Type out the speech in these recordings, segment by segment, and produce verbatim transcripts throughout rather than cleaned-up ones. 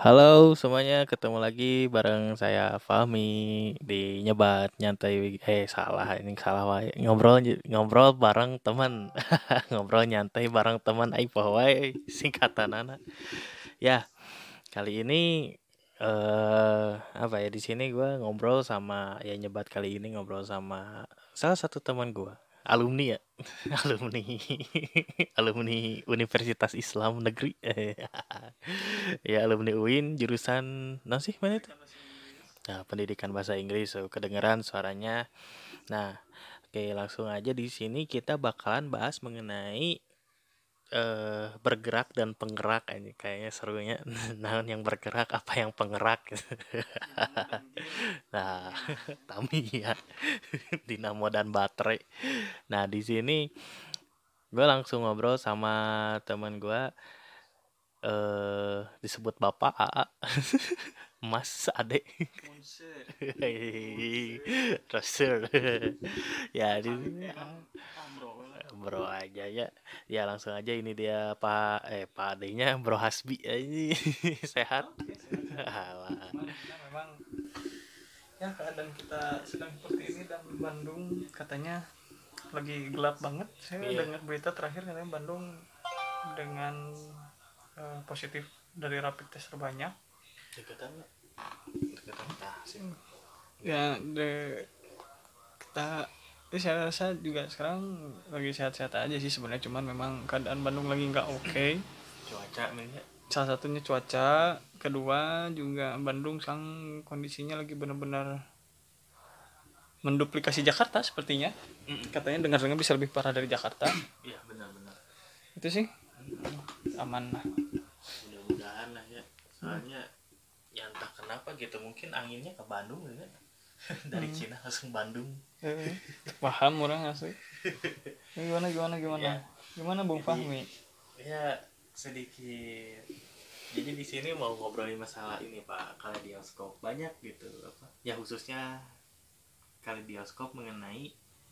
Halo semuanya, ketemu lagi bareng saya Fahmi di Nyebat Nyantai. Eh salah, ini salah wae. Ngobrol ngobrol bareng teman. Ngobrol nyantai bareng teman ai poho wae singkatanana. Ya, kali ini eh apa ya di sini gua ngobrol sama ya Nyebat kali ini ngobrol sama salah satu teman gua. Alumni ya, alumni alumni Universitas Islam Negeri. Ya alumni U I N jurusan non sih mana itu? Nah, pendidikan bahasa Inggris. So, kedengeran suaranya. Nah, oke langsung aja di sini kita bakalan bahas mengenai eh bergerak dan penggerak ini kayaknya serunya. Nah, yang bergerak apa yang penggerak? Nah, Tamiya, dinamo dan baterai. Nah, di sini gue langsung ngobrol sama teman gue eh disebut Bapak A A. Mas Ade. Rasul. Ya di bro aja ya. Ya langsung aja ini dia Pak eh Pak Ade-nya Bro Hasbi ini sehat. Alah. Memang ya keadaan kita sedang seperti ini dan Bandung katanya lagi gelap banget. Saya Iya. dengar berita terakhir katanya Bandung dengan eh, positif dari rapid test terbanyak. Deketan nggak? Deketan. Nah, sip. Ya, de, kita ya saya rasa juga sekarang lagi sehat-sehat aja sih sebenarnya, cuman memang keadaan Bandung lagi nggak oke. Okay. Cuaca mainnya. Salah satunya cuaca, kedua juga Bandung sekarang kondisinya lagi benar-benar menduplikasi Jakarta sepertinya. Katanya dengar-dengar bisa lebih parah dari Jakarta. Iya benar-benar. Itu sih aman lah. Mudah-mudahan lah ya. Soalnya ya entah kenapa gitu mungkin anginnya ke Bandung ya. Dari Hmm. Cina langsung Bandung. Eh, paham orang asli. Gimana gimana gimana? Ya, Gimana Bung jadi- Fahmi? Ya sedikit. Jadi di sini mau ngobrolin masalah ini Pak, kaleidoskop banyak gitu apa? Ya khususnya kaleidoskop mengenai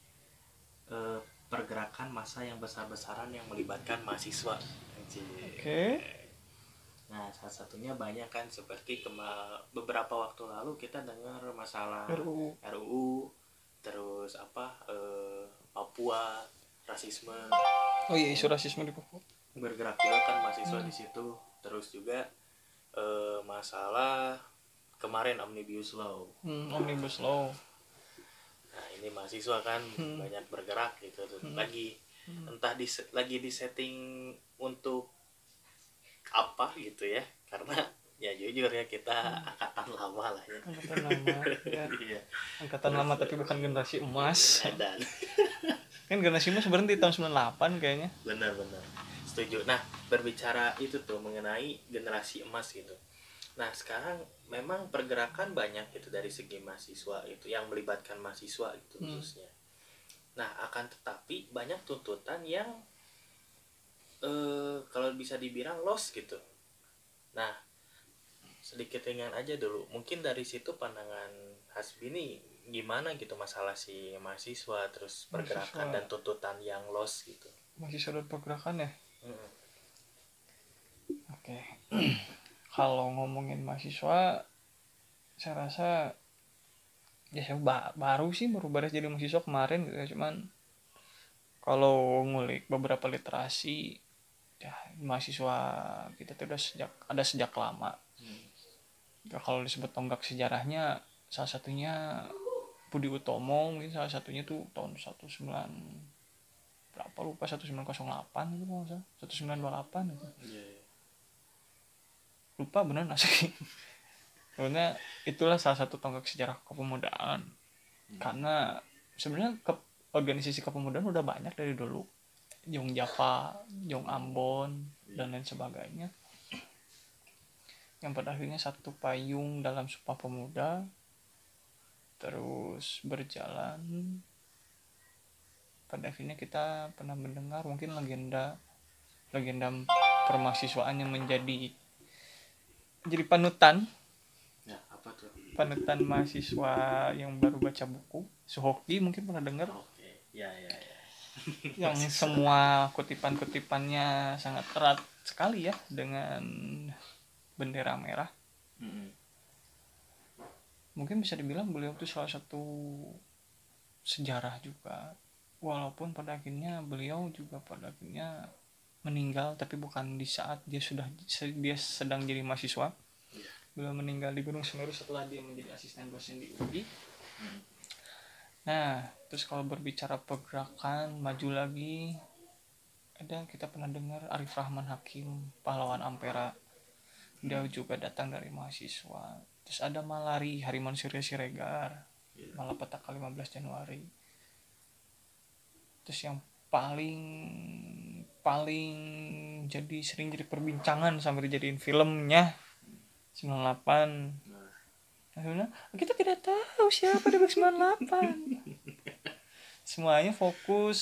eh, pergerakan massa yang besar-besaran yang melibatkan mahasiswa. Oke. Oke. Nah, salah satunya banyak kan seperti kema- beberapa waktu lalu kita dengar masalah R U U. R U U, terus apa eh, Papua, rasisme, Oh iya, isu rasisme di Papua. bergerak juga kan mahasiswa di situ. Terus juga eh, masalah kemarin Omnibus Law. Hmm, Omnibus Law. Nah, ini mahasiswa kan Hmm. banyak bergerak gitu tuh. Hmm. Lagi entah di lagi di setting untuk apa gitu ya. Karena ya jujur ya kita angkatan lama lah ya. Angkatan lama. Ya. Iya. Angkatan lama tapi bukan generasi emas. Dan Kan generasi emas berhenti tahun sembilan puluh delapan kayaknya. benar-benar setuju. Nah, berbicara itu tuh mengenai generasi emas gitu. Nah, sekarang memang pergerakan banyak gitu dari segi mahasiswa itu yang melibatkan mahasiswa itu Hmm. khususnya. Nah, akan tetapi banyak tuntutan yang eh kalau bisa dibilang lost gitu. Nah, sedikit ringan aja dulu. Mungkin dari situ pandangan Hasbi nih gimana gitu masalah si mahasiswa terus pergerakan Mahasiswa. dan tuntutan yang lost gitu. Mahasiswa dan pergerakan ya. Mm-mm. Oke. Kalau ngomongin mahasiswa, saya rasa ya saya ba- baru sih baru beres jadi mahasiswa kemarin gitu ya. Cuman kalau ngulik beberapa literasi, ya mahasiswa kita tuh udah sejak ada sejak lama. Ya, kalau disebut tonggak sejarahnya, salah satunya Budi Utomo, mungkin salah satunya tuh tahun seribu sembilan berapa lupa seribu sembilan ratus delapan gitu kalau nggak salah seribu sembilan ratus dua puluh delapan gitu. Yeah. Lupa bener asli. Karena itulah salah satu tonggak sejarah kepemudaan. Hmm. Karena sebenarnya ke, organisasi kepemudaan udah banyak dari dulu. Jong Java, Jong Ambon, dan lain sebagainya. Yang pada akhirnya satu payung dalam Sumpah Pemuda terus berjalan. Pada akhirnya kita pernah mendengar mungkin legenda legenda permahasiswaan yang menjadi jadi panutan. Ya, apa tuh? Panutan mahasiswa yang baru baca buku Suhoki mungkin pernah dengar. Oke, ya ya ya. Yang semua kutipan-kutipannya sangat erat sekali ya dengan bendera merah. Mm-mm. Mungkin bisa dibilang beliau itu salah satu sejarah juga, walaupun pada akhirnya beliau juga pada akhirnya meninggal, tapi bukan di saat dia sudah dia sedang jadi mahasiswa. Beliau meninggal di Gunung Semeru setelah dia menjadi asisten dosen di U I. Mm. Nah, terus kalau berbicara pergerakan maju lagi, ada kita pernah dengar Arif Rahman Hakim, pahlawan Ampera. Dia juga datang dari mahasiswa. Terus ada Malari, Hariman Surya Siregar, Yeah. Malapetaka lima belas Januari. Terus yang paling paling jadi sering jadi perbincangan sampai dijadiin filmnya sembilan puluh delapan. Nah, kita tidak tahu siapa di sembilan puluh delapan. Semuanya fokus,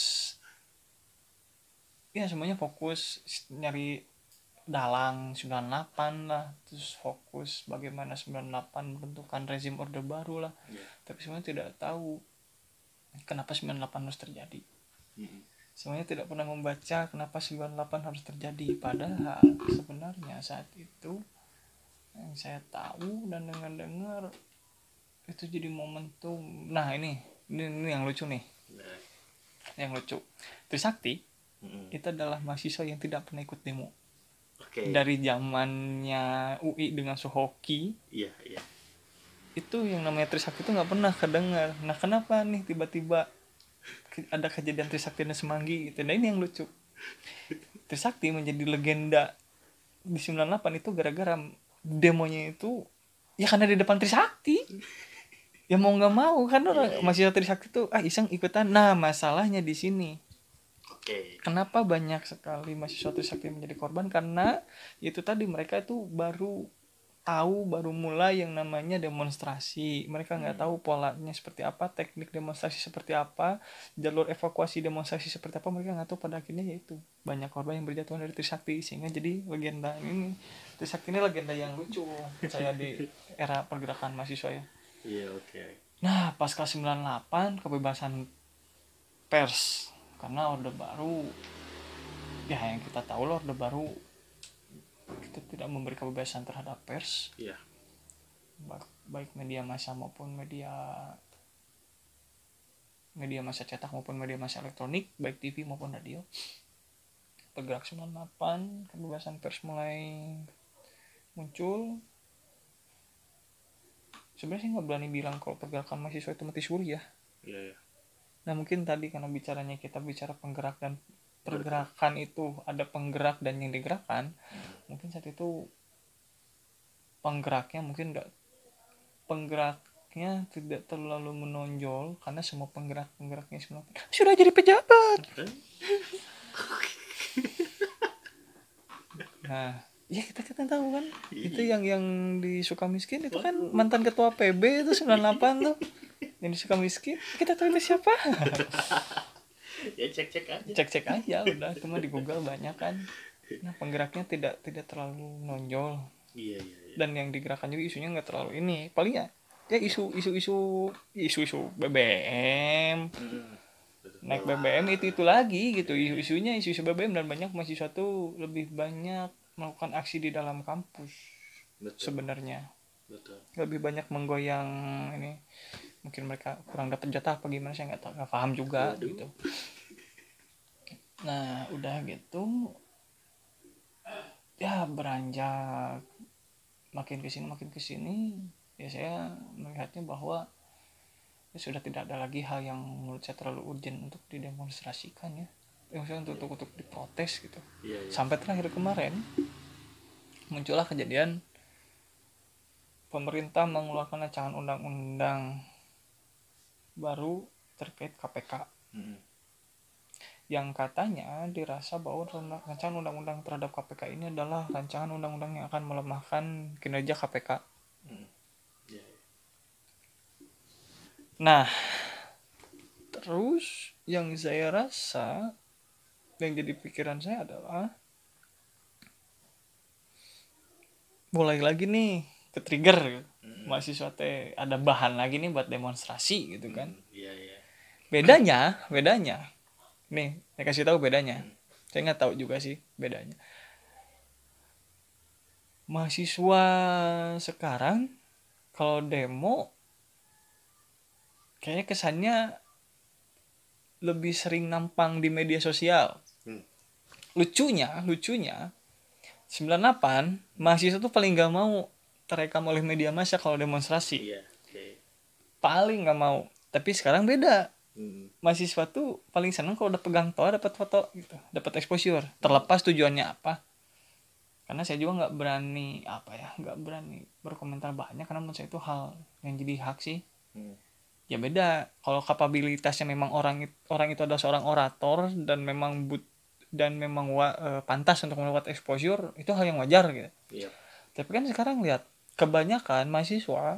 ya semuanya fokus nyari dalang sembilan puluh delapan lah, terus fokus bagaimana sembilan puluh delapan bentukan rezim orde baru lah. Yeah. Tapi semuanya tidak tahu kenapa sembilan puluh delapan harus terjadi. Mm-hmm. Semuanya tidak pernah membaca kenapa sembilan puluh delapan harus terjadi, padahal sebenarnya saat itu yang saya tahu dan dengar-dengar itu jadi momentum. Nah ini ini, ini yang lucu nih. Nah. Yang lucu, Trisakti mm-hmm. itu adalah mahasiswa yang tidak pernah ikut demo. Okay. Dari zamannya U I dengan Sohoki. Iya, yeah, iya. Yeah. Itu yang namanya Trisakti itu nggak pernah kedengar. Nah kenapa nih tiba-tiba ada kejadian Trisakti dan Semanggi gitu. Nah ini yang lucu. Trisakti menjadi legenda di sembilan puluh delapan itu gara-gara demonya itu ya karena di depan Trisakti. Ya mau nggak mau kan orang yeah, yeah. mahasiswa Trisakti itu ah iseng ikutan. Nah masalahnya di sini. Okay. Kenapa banyak sekali mahasiswa Trisakti menjadi korban? Karena itu tadi mereka itu baru tahu, baru mulai yang namanya demonstrasi. Mereka nggak hmm. tahu polanya seperti apa, teknik demonstrasi seperti apa, jalur evakuasi demonstrasi seperti apa. Mereka nggak tahu, pada akhirnya yaitu banyak korban yang berjatuhan dari Trisakti, sehingga jadi legenda ini. Trisakti ini legenda yang lucu saya di era pergerakan mahasiswa ya. Iya, oke. Okay. Nah, pasca sembilan puluh delapan kebebasan pers karena orde baru. Ya yang kita tahu loh, orde baru kita tidak memberi kebebasan terhadap pers. Iya. Ba- baik media massa maupun media media massa cetak maupun media massa elektronik, baik T V maupun radio. Pergerak sembilan puluh delapan, kebebasan pers mulai muncul. Sebenarnya sih nggak berani bilang kalau pergerakan mahasiswa itu mati suri ya. Iya, iya. Nah mungkin tadi karena bicaranya kita bicara penggerak dan pergerakan itu ada penggerak dan yang digerakkan, hmm. mungkin saat itu penggeraknya mungkin nggak penggeraknya tidak terlalu menonjol karena semua penggerak-penggeraknya semua sudah jadi pejabat. Nah, ya kita kita tahu kan itu yang yang di Sukamiskin itu kan mantan ketua P B itu sembilan puluh delapan tuh yang di Sukamiskin, kita tahu itu siapa. Ya cek-cek aja. Cek-cek aja udah, cuma di Google banyak kan. Nah, penggeraknya tidak tidak terlalu nonjol. Iya, iya, iya. Dan yang digerakkan juga isunya enggak terlalu ini. Paling ya ya isu isu-isu isu-isu B B M. Hmm. Naik B B M itu itu lagi gitu. Isu-isunya isu-isu B B M dan banyak mahasiswa tuh lebih banyak melakukan aksi di dalam kampus. Betul. Sebenarnya. Betul. Lebih banyak menggoyang ini. Mungkin mereka kurang dapat jatah apa gimana, saya nggak tahu, nggak paham juga. Aduh. Gitu. Nah udah gitu ya beranjak makin kesini makin kesini ya saya melihatnya bahwa ya sudah tidak ada lagi hal yang menurut saya terlalu urgent untuk didemonstrasikan ya, yang saya untuk, untuk untuk diprotes gitu. Yeah, yeah. Sampai terakhir kemarin muncullah kejadian pemerintah mengeluarkan rancangan undang-undang baru terkait K P K. Hmm. Yang katanya dirasa bahwa rancangan undang-undang terhadap K P K ini adalah rancangan undang-undang yang akan melemahkan kinerja K P K. Hmm. Yeah. Nah, terus yang saya rasa yang jadi pikiran saya adalah mulai lagi nih ke trigger hmm. mahasiswa teh ada bahan lagi nih buat demonstrasi gitu kan. Hmm. Yeah, yeah. Bedanya, bedanya nih, saya kasih tahu bedanya. Hmm. Saya nggak tahu juga sih bedanya. mahasiswa sekarang kalau demo kayaknya kesannya lebih sering nampang di media sosial. Hmm. Lucunya, lucunya sembilan puluh delapan mahasiswa tuh paling gak mau terekam oleh media massa kalau demonstrasi. Iya, oke. Paling gak mau. Tapi sekarang beda. Hmm. Mahasiswa tuh paling seneng kalau udah pegang toa dapat foto gitu, dapat exposure. Terlepas tujuannya apa. Karena saya juga nggak berani apa ya, nggak berani berkomentar banyak karena menurut saya itu hal yang jadi hak sih. Hmm. Ya beda kalau kapabilitasnya memang orang it- orang itu adalah seorang orator dan memang but dan memang wa, e, pantas untuk mendapat exposure, itu hal yang wajar gitu. Iya. Tapi kan sekarang lihat kebanyakan mahasiswa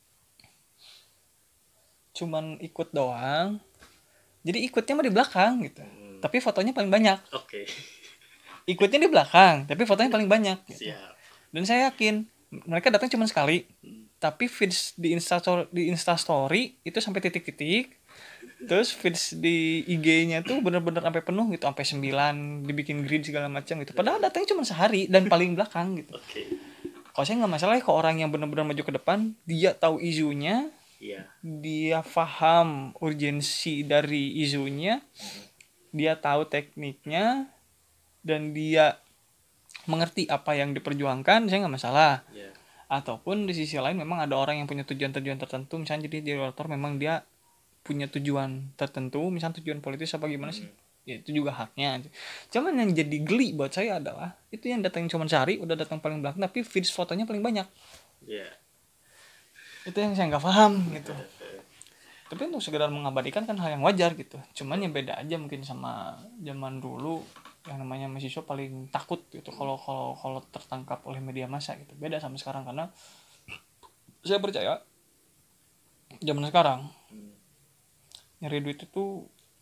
cuman ikut doang, jadi ikutnya mah di belakang gitu, Hmm. tapi fotonya paling banyak. Oke. Ikutnya di belakang tapi fotonya paling banyak gitu. Siap. Dan saya yakin mereka datang cuma sekali, Hmm. tapi feeds di Instastory di Instastory itu sampai titik-titik. Terus feeds di I G-nya tuh bener-bener sampai penuh gitu, sampai sembilan, dibikin grid segala macam gitu. Padahal datangnya cuma sehari dan paling belakang gitu. Oke. Kalau saya nggak masalah ya kalau orang yang bener-bener maju ke depan, dia tahu isunya, Iya. dia paham urgensi dari isunya, dia tahu tekniknya, dan dia mengerti apa yang diperjuangkan, saya nggak masalah. Iya. Ataupun di sisi lain memang ada orang yang punya tujuan-tujuan tertentu, misalnya jadi dia orator memang dia punya tujuan tertentu, misalnya tujuan politis apa gimana sih, ya itu juga haknya. Cuman yang jadi geli buat saya adalah itu yang datang cuma sehari udah datang paling belakang tapi feeds fotonya paling banyak. Iya. Itu yang saya nggak paham gitu. Tapi untuk sekedar mengabadikan kan hal yang wajar gitu. Cuman yang beda aja mungkin sama zaman dulu yang namanya mahasiswa paling takut gitu kalau kalau kalau tertangkap oleh media massa gitu. Beda sama sekarang karena saya percaya zaman sekarang nyari duit itu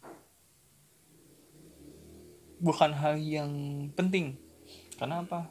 bukan hal yang penting. Karena apa?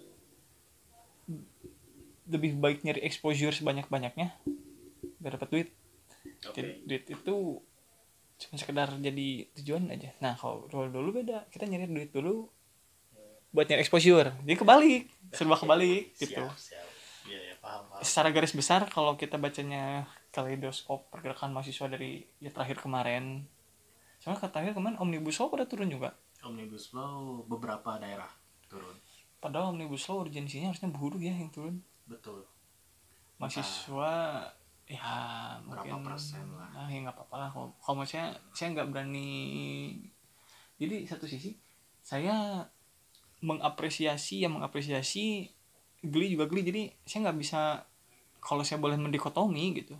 Lebih baik nyari exposure sebanyak-banyaknya biar dapat duit. Oke. Jadi, duit itu cuma sekedar jadi tujuan aja. Nah kalau dulu dulu beda, kita nyari duit dulu buat nyari exposure. Jadi kebalik, serba kebalik gitu. Siap, siap. Iya, ya, paham, paham. Secara garis besar kalau kita bacanya kaleidoskop pergerakan mahasiswa dari ya terakhir kemarin, soalnya terakhir kemarin omnibus law pada turun juga. Omnibus Law beberapa daerah turun. Padahal omnibus law urgensinya harusnya buruh ya yang turun. Betul. Mahasiswa ya Berapa mungkin persen lah. nah ya nggak apa-apa lah. Kalau kalau saya saya nggak berani. Jadi satu sisi saya mengapresiasi ya mengapresiasi, geli juga geli. Jadi saya nggak bisa, kalau saya boleh mendikotomi gitu,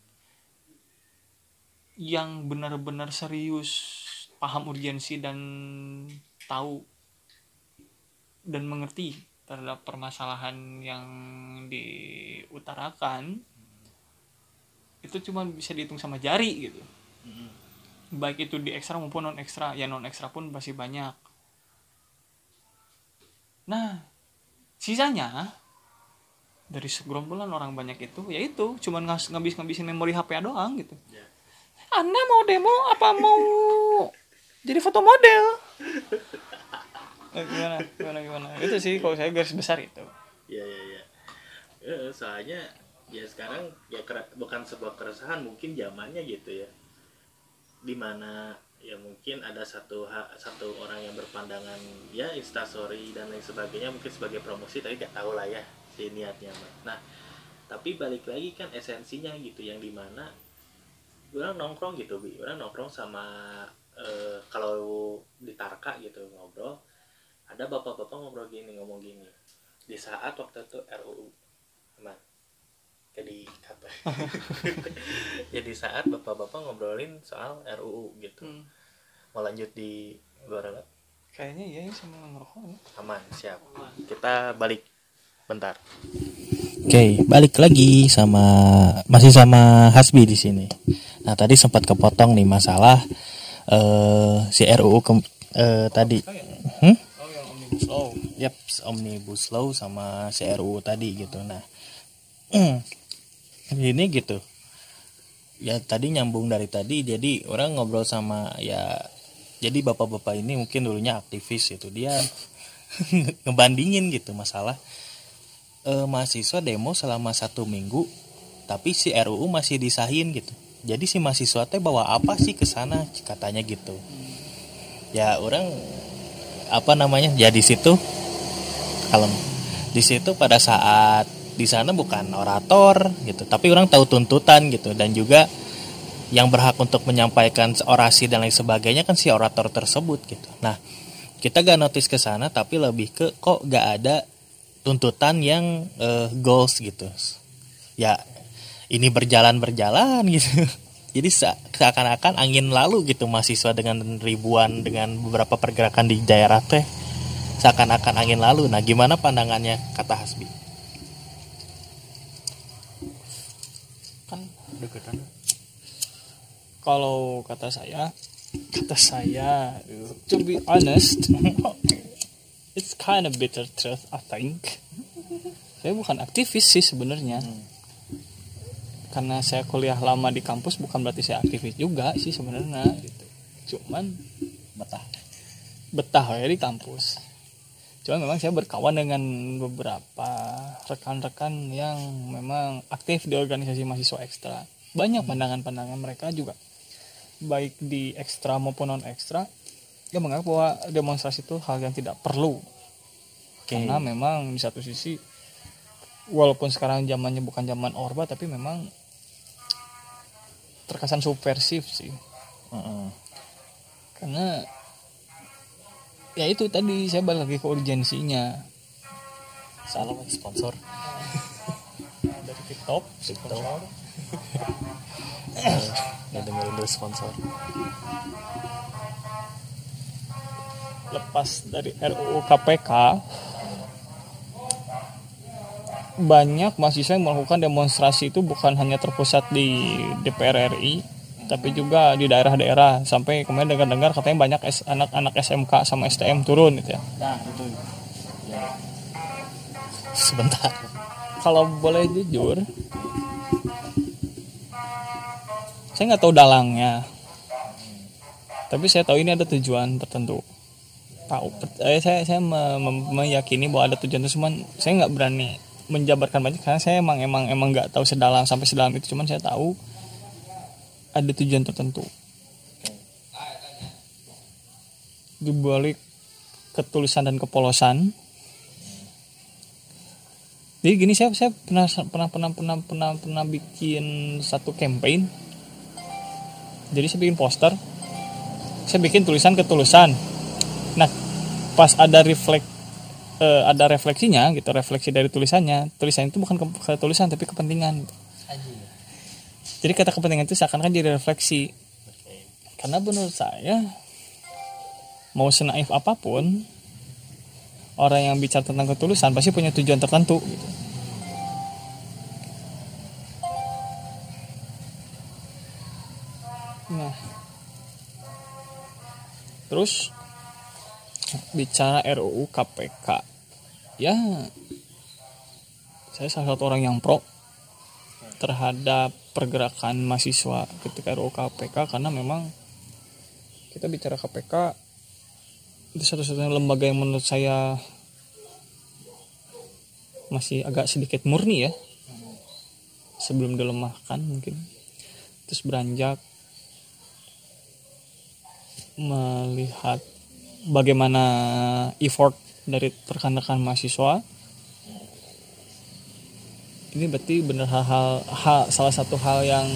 yang benar-benar serius paham urgensi dan tahu dan mengerti terhadap permasalahan yang diutarakan itu cuma bisa dihitung sama jari gitu. Baik itu di ekstra maupun non ekstra, ya non ekstra pun masih banyak. Nah sisanya dari segerombolan orang banyak itu ya itu cuma ngabis-ngabisin memori H P doang gitu. Ya. Anda mau demo apa mau jadi foto model? Eh, gimana gimana gimana itu sih kalau saya garis besar itu. Iya, iya, iya. Eh, soalnya ya sekarang ya kera- bukan sebuah keresahan, mungkin zamannya gitu ya, dimana ya mungkin ada satu ha- satu orang yang berpandangan ya instastory dan lain sebagainya mungkin sebagai promosi, tapi gak tahu lah ya si niatnya mah. Nah tapi balik lagi kan esensinya gitu, yang dimana orang nongkrong gitu bi orang nongkrong sama eh, kalau di Tarka gitu ngobrol, ada bapak-bapak ngobrol gini ngomong gini di saat waktu itu R U U aman jadi kata jadi saat bapak-bapak ngobrolin soal R U U gitu. Hmm. Mau lanjut di luar apa? Kayaknya iya ya sama ngerokok ya. Aman, siap. Kita balik bentar. Oke, balik lagi sama masih sama Hasbi di sini. Nah, tadi sempat kepotong nih masalah uh, si R U U ke, uh, tadi. Hmm? Oh yang omnibus law. Yap, omnibus law sama si R U U tadi gitu. Nah, ini gitu. Ya tadi nyambung dari tadi, jadi orang ngobrol sama ya, jadi bapak-bapak ini mungkin dulunya aktivis gitu, dia ngebandingin gitu masalah eh, mahasiswa demo selama satu minggu, tapi si R U U masih disahin gitu. Jadi si mahasiswa teh bawa apa sih ke sana katanya gitu. Ya orang apa namanya? Ya di situ kalau di situ pada saat di sana bukan orator gitu, tapi orang tahu tuntutan gitu, dan juga yang berhak untuk menyampaikan orasi dan lain sebagainya kan si orator tersebut gitu. Nah, kita gak notice ke sana, tapi lebih ke kok gak ada tuntutan yang uh, goals gitu. Ya, ini berjalan-berjalan gitu. Jadi seakan-akan angin lalu gitu mahasiswa dengan ribuan, dengan beberapa pergerakan di daerah teh. Seakan-akan angin lalu. Nah, gimana pandangannya kata Hasbi? Kan deketan. Kalau kata saya, kata saya, to be honest, it's kind of bitter truth, I think. Saya bukan aktivis sih sebenarnya. Hmm. Karena saya kuliah lama di kampus bukan berarti saya aktivis juga sih sebenarnya. Gitu. Cuman betah, betah ya di kampus. Cuman memang saya berkawan dengan beberapa rekan-rekan yang memang aktif di organisasi mahasiswa ekstra. Banyak pandangan-pandangan mereka juga, baik di ekstra maupun non ekstra, dia menganggap bahwa demonstrasi itu hal yang tidak perlu. Okay. Karena memang di satu sisi, walaupun sekarang zamannya bukan zaman Orba, tapi memang terkesan subversif sih. Uh-uh. Karena ya itu tadi saya balik lagi ke urgensinya. Salam sponsor dari TikTok, sponsor. Ya dengerin dari sponsor. Lepas dari R U U K P K, banyak mahasiswa yang melakukan demonstrasi itu bukan hanya terpusat di D P R R I, tapi juga di daerah-daerah. Sampai kemarin dengar-dengar katanya banyak anak-anak S M K sama S T M turun gitu ya. Nah, itu. Ya. Sebentar. Kalau boleh jujur, saya nggak tahu dalangnya, tapi saya tahu ini ada tujuan tertentu. Tahu, eh, saya saya me- me- meyakini bahwa ada tujuan itu, cuman saya nggak berani menjabarkan banyak karena saya emang emang emang nggak tahu sedalam sampai sedalam itu. Cuman saya tahu ada tujuan tertentu di balik ketulusan dan kepolosan. Jadi gini, saya saya pernah pernah pernah pernah pernah pernah bikin satu campaign. Jadi saya bikin poster, saya bikin tulisan ketulusan. Nah, pas ada refleks, uh, ada refleksinya gitu, refleksi dari tulisannya. Tulisan itu bukan ketulisan tapi kepentingan. Gitu. Jadi kata kepentingan itu seakan-akan jadi refleksi. Karena menurut saya, mau senaif apapun, orang yang bicara tentang ketulusan pasti punya tujuan tertentu. Gitu. Nah, terus bicara R U U K P K, ya saya salah satu orang yang pro terhadap pergerakan mahasiswa ketika R U U K P K, karena memang kita bicara K P K itu satu-satunya lembaga yang menurut saya masih agak sedikit murni ya, sebelum dilemahkan mungkin, terus beranjak melihat bagaimana effort dari rekan-rekan mahasiswa. Ini berarti benar hal-hal hal, salah satu hal yang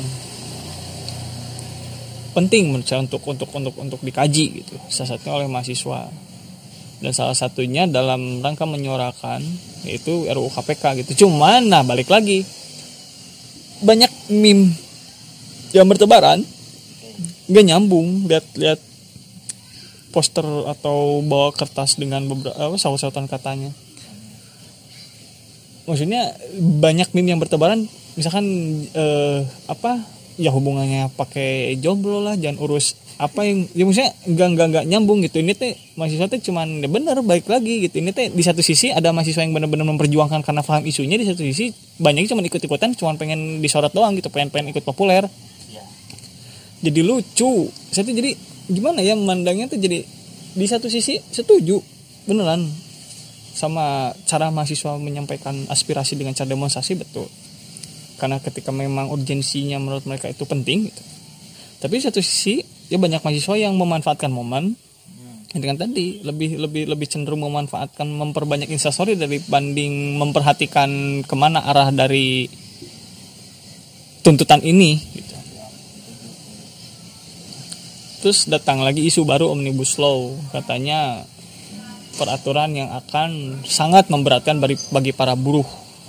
penting menurut saya untuk untuk untuk untuk dikaji gitu, salah satunya oleh mahasiswa, dan salah satunya dalam rangka menyuarakan yaitu R U U K P K gitu. Cuman nah balik lagi, banyak meme yang bertebaran nggak nyambung, lihat-lihat poster atau bawa kertas dengan beberapa saut-sautan katanya. Maksudnya banyak meme yang bertebaran, misalkan eh, apa ya hubungannya pakai jomblo lah, jangan urus apa yang ya, maksudnya enggak enggak enggak nyambung gitu. Ini teh mahasiswa teh cuman ya bener baik lagi gitu. Ini teh di satu sisi ada mahasiswa yang benar-benar memperjuangkan karena paham isunya, di satu sisi banyaknya cuma ikut-ikutan, cuma pengen disorot doang gitu, pengen pengen ikut populer. Jadi lucu. Saya tuh jadi gimana ya memandangnya tuh, jadi di satu sisi setuju beneran sama cara mahasiswa menyampaikan aspirasi dengan cara demonstrasi, betul. Karena ketika memang urgensinya menurut mereka itu penting gitu. Tapi di satu sisi ya banyak mahasiswa yang memanfaatkan momen dengan tadi lebih lebih lebih cenderung memanfaatkan memperbanyak instastory dibanding memperhatikan kemana arah dari tuntutan ini gitu. Terus datang lagi isu baru Omnibus Law, katanya peraturan yang akan sangat memberatkan bagi, bagi para buruh.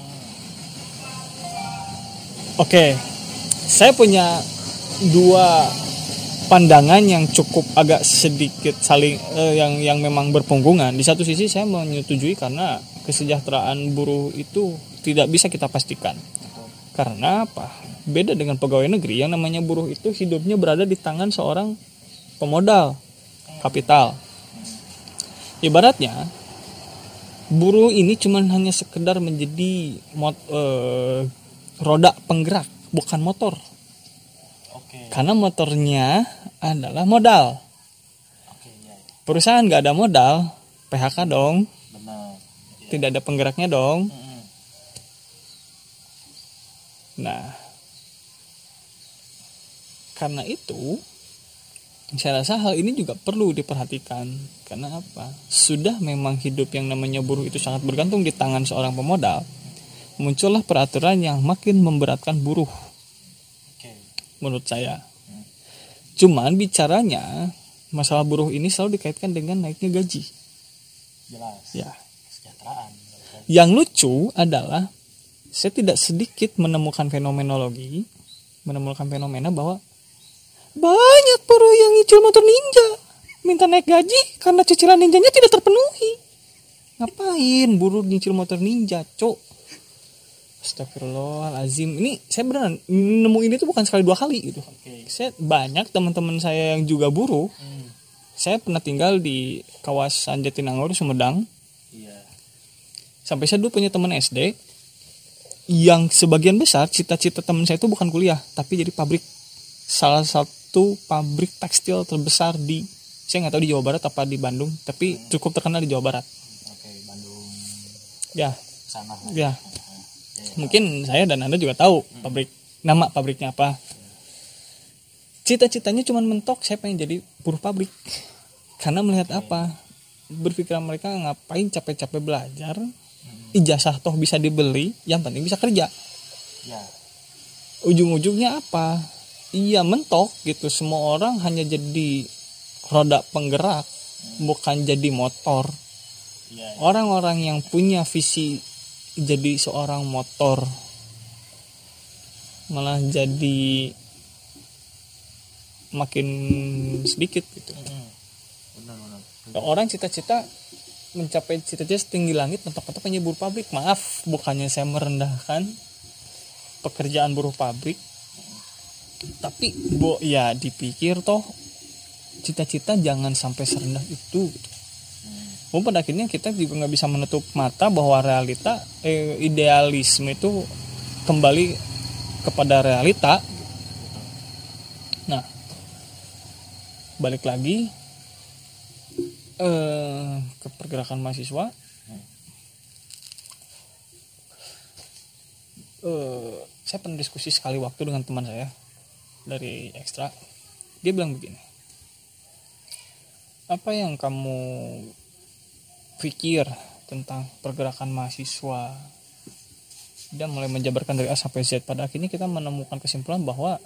Oke, saya punya dua pandangan yang cukup agak sedikit saling eh, yang yang memang berpunggungan. Di satu sisi saya menyetujui karena kesejahteraan buruh itu tidak bisa kita pastikan. Karena apa? Beda dengan pegawai negeri, yang namanya buruh itu hidupnya berada di tangan seorang pemodal kapital. Ibaratnya buruh ini cuma hanya sekedar menjadi mot, eh, roda penggerak, bukan motor. Karena motornya adalah modal. Perusahaan nggak ada modal, P H K dong. Benar. Tidak ada penggeraknya dong. Nah, karena itu saya rasa hal ini juga perlu diperhatikan. Karena apa? Sudah memang hidup yang namanya buruh itu sangat bergantung di tangan seorang pemodal. Muncullah peraturan yang makin memberatkan buruh. Menurut saya. Cuman bicaranya masalah buruh ini selalu dikaitkan dengan naiknya gaji. Jelas. Ya. Kesejahteraan. Yang lucu adalah saya tidak sedikit menemukan fenomenologi, menemukan fenomena bahwa banyak buruh yang nyicil motor ninja minta naik gaji karena cicilan ninjanya tidak terpenuhi. Ngapain buruh nyicil motor ninja, cok? Astagfirullahaladzim. Ini saya beneran nemu ini tuh bukan sekali dua kali gitu. Okay. Saya banyak teman-teman saya yang juga buruh. Hmm. Saya pernah tinggal di kawasan Jatinangor, Sumedang. Iya. Sampai saya dulu punya teman S D yang sebagian besar cita-cita teman saya itu bukan kuliah, tapi jadi pabrik. Salah satu pabrik tekstil terbesar di, saya nggak tahu di Jawa Barat apa di Bandung, tapi hmm. cukup terkenal di Jawa Barat. Oke, okay, Bandung. Ya. Sana. Ya. Mungkin saya dan Anda juga tahu pabrik, nama pabriknya apa. Cita-citanya cuma mentok saya pengen jadi buruh pabrik. Karena melihat apa? Berpikiran mereka ngapain capek-capek belajar, ijazah toh bisa dibeli, yang penting bisa kerja. Ya. Ujung-ujungnya apa? Iya mentok gitu, semua orang hanya jadi roda penggerak, bukan jadi motor. Ya, ya. Orang-orang yang punya visi jadi seorang motor malah jadi makin sedikit gitu. Benar-benar. Orang cita-cita mencapai cita-cita setinggi langit, mentok-mentok hanya buruh pabrik. Maaf, bukannya saya merendahkan pekerjaan buruh pabrik, tapi bo ya dipikir toh cita-cita jangan sampai serendah itu. Hmm. Pada akhirnya kita juga nggak bisa menutup mata bahwa realita, eh, idealisme itu kembali kepada realita. Nah, balik lagi eh, ke pergerakan mahasiswa. Eh, saya pernah diskusi sekali waktu dengan teman saya dari Ekstra. Dia bilang begini, apa yang kamu pikir tentang pergerakan mahasiswa? Dia mulai menjabarkan dari A sampai Z. Pada akhirnya kita menemukan kesimpulan bahwa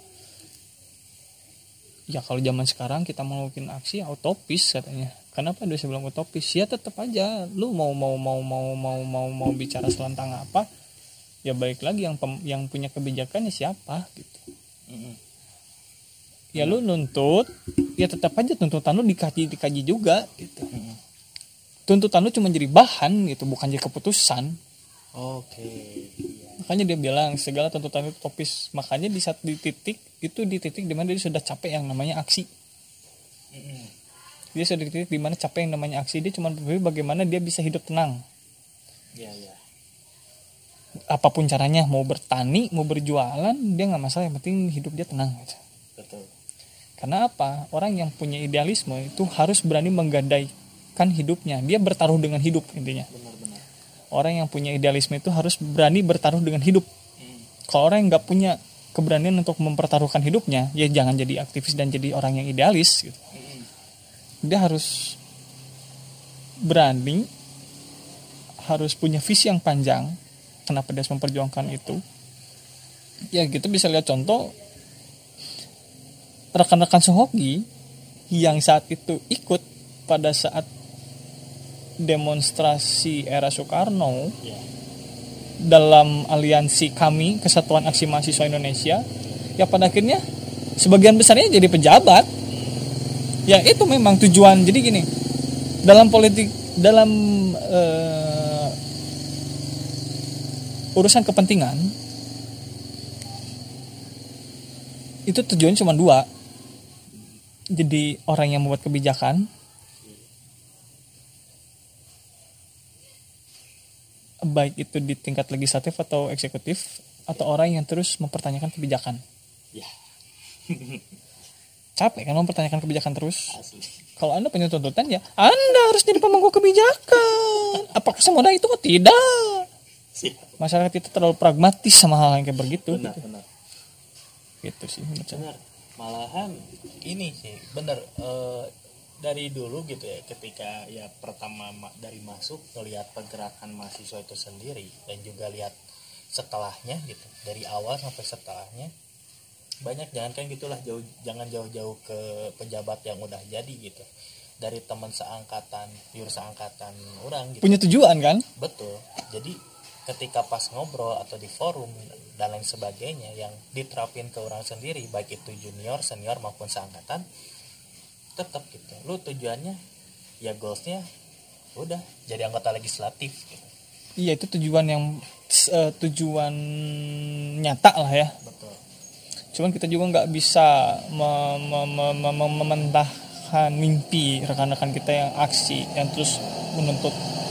ya kalau zaman sekarang kita mau bikin aksi ya utopis katanya. Kenapa dia bilang utopis? Ya tetap aja lu mau mau mau mau mau mau mau bicara selantang apa? Ya balik lagi yang pem, yang punya kebijakannya siapa gitu. Mm-hmm. Ya lu nuntut, ya tetap aja tuntutan lu dikaji dikaji juga gitu. Mm-hmm. Tuntutan lu cuma jadi bahan gitu, bukan jadi keputusan. Oke. Okay. Makanya dia bilang segala tuntutan itu utopis. Makanya di saat di titik itu di titik di mana dia sudah capek yang namanya aksi. Mm-hmm. Dia sudah di titik di mana capek yang namanya aksi. Dia cuma berpikir bagaimana dia bisa hidup tenang. Iya, iya. Apapun caranya, mau bertani, mau berjualan, dia nggak masalah. Yang penting hidup dia tenang. Gitu. Betul. Karena apa? Orang yang punya idealisme itu harus berani menggadaikan hidupnya. Dia bertaruh dengan hidup intinya. Benar-benar. orang yang punya idealisme itu harus berani bertaruh dengan hidup. Kalau orang yang nggak punya keberanian untuk mempertaruhkan hidupnya, ya jangan jadi aktivis dan jadi orang yang idealis gitu. Dia harus berani, harus punya visi yang panjang. Kenapa dia harus memperjuangkan itu? Ya gitu, bisa lihat contoh rekan-rekan Sohoki yang saat itu ikut pada saat demonstrasi era Soekarno dalam aliansi kami, Kesatuan Aksi Mahasiswa Indonesia, ya pada akhirnya sebagian besarnya jadi pejabat. Ya itu memang tujuan. Jadi gini, dalam politik, dalam uh, urusan kepentingan itu tujuannya cuma dua. Jadi orang yang membuat kebijakan, baik itu di tingkat legislatif atau eksekutif, atau orang yang terus mempertanyakan kebijakan. Ya. Capek kan mempertanyakan kebijakan terus. Asli. Kalau Anda punya tuntutan, ya Anda harus jadi pemangku kebijakan. Apakah semudah itu? Tidak. Siap. Masyarakat itu terlalu pragmatis sama hal yang kayak begitu. Benar, gitu. benar. Gitu sih menurut saya. Benar. Malahan ini sih benar, eh, dari dulu gitu ya, ketika ya pertama ma- dari masuk ngelihat pergerakan mahasiswa itu sendiri, dan juga lihat setelahnya gitu, dari awal sampai setelahnya banyak, jangan kan gitulah, jauh jangan jauh-jauh ke pejabat yang udah jadi gitu, dari teman seangkatan, pure seangkatan orang gitu. Punya tujuan kan? Betul. Jadi ketika pas ngobrol atau di forum dan lain sebagainya yang diterapin ke orang sendiri, baik itu junior, senior maupun seangkatan, tetap gitu. Lu tujuannya ya goalsnya udah jadi anggota legislatif gitu. Iya, itu tujuan yang uh, tujuan nyata lah ya. Betul. Cuman kita juga nggak bisa me- me- me- me- me- mementahkan mimpi rekan-rekan kita yang aksi, yang terus menuntut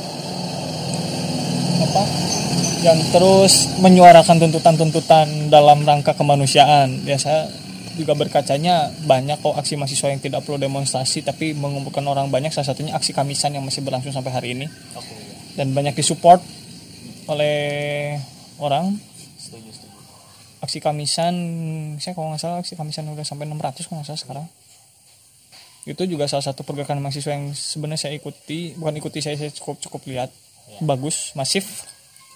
apa, yang terus menyuarakan tuntutan-tuntutan dalam rangka kemanusiaan. Ya saya juga berkacanya banyak kok aksi mahasiswa yang tidak perlu demonstrasi tapi mengumpulkan orang banyak, salah satunya aksi Kamisan yang masih berlangsung sampai hari ini. Oke, ya. Dan banyak disupport oleh orang. Setuju, setuju. Aksi Kamisan, saya kalau nggak salah aksi Kamisan udah sampai enam ratus kalau nggak salah sekarang. Itu juga salah satu pergerakan mahasiswa yang sebenarnya saya ikuti, bukan ikuti, saya, saya cukup cukup lihat. Ya. Bagus, masif.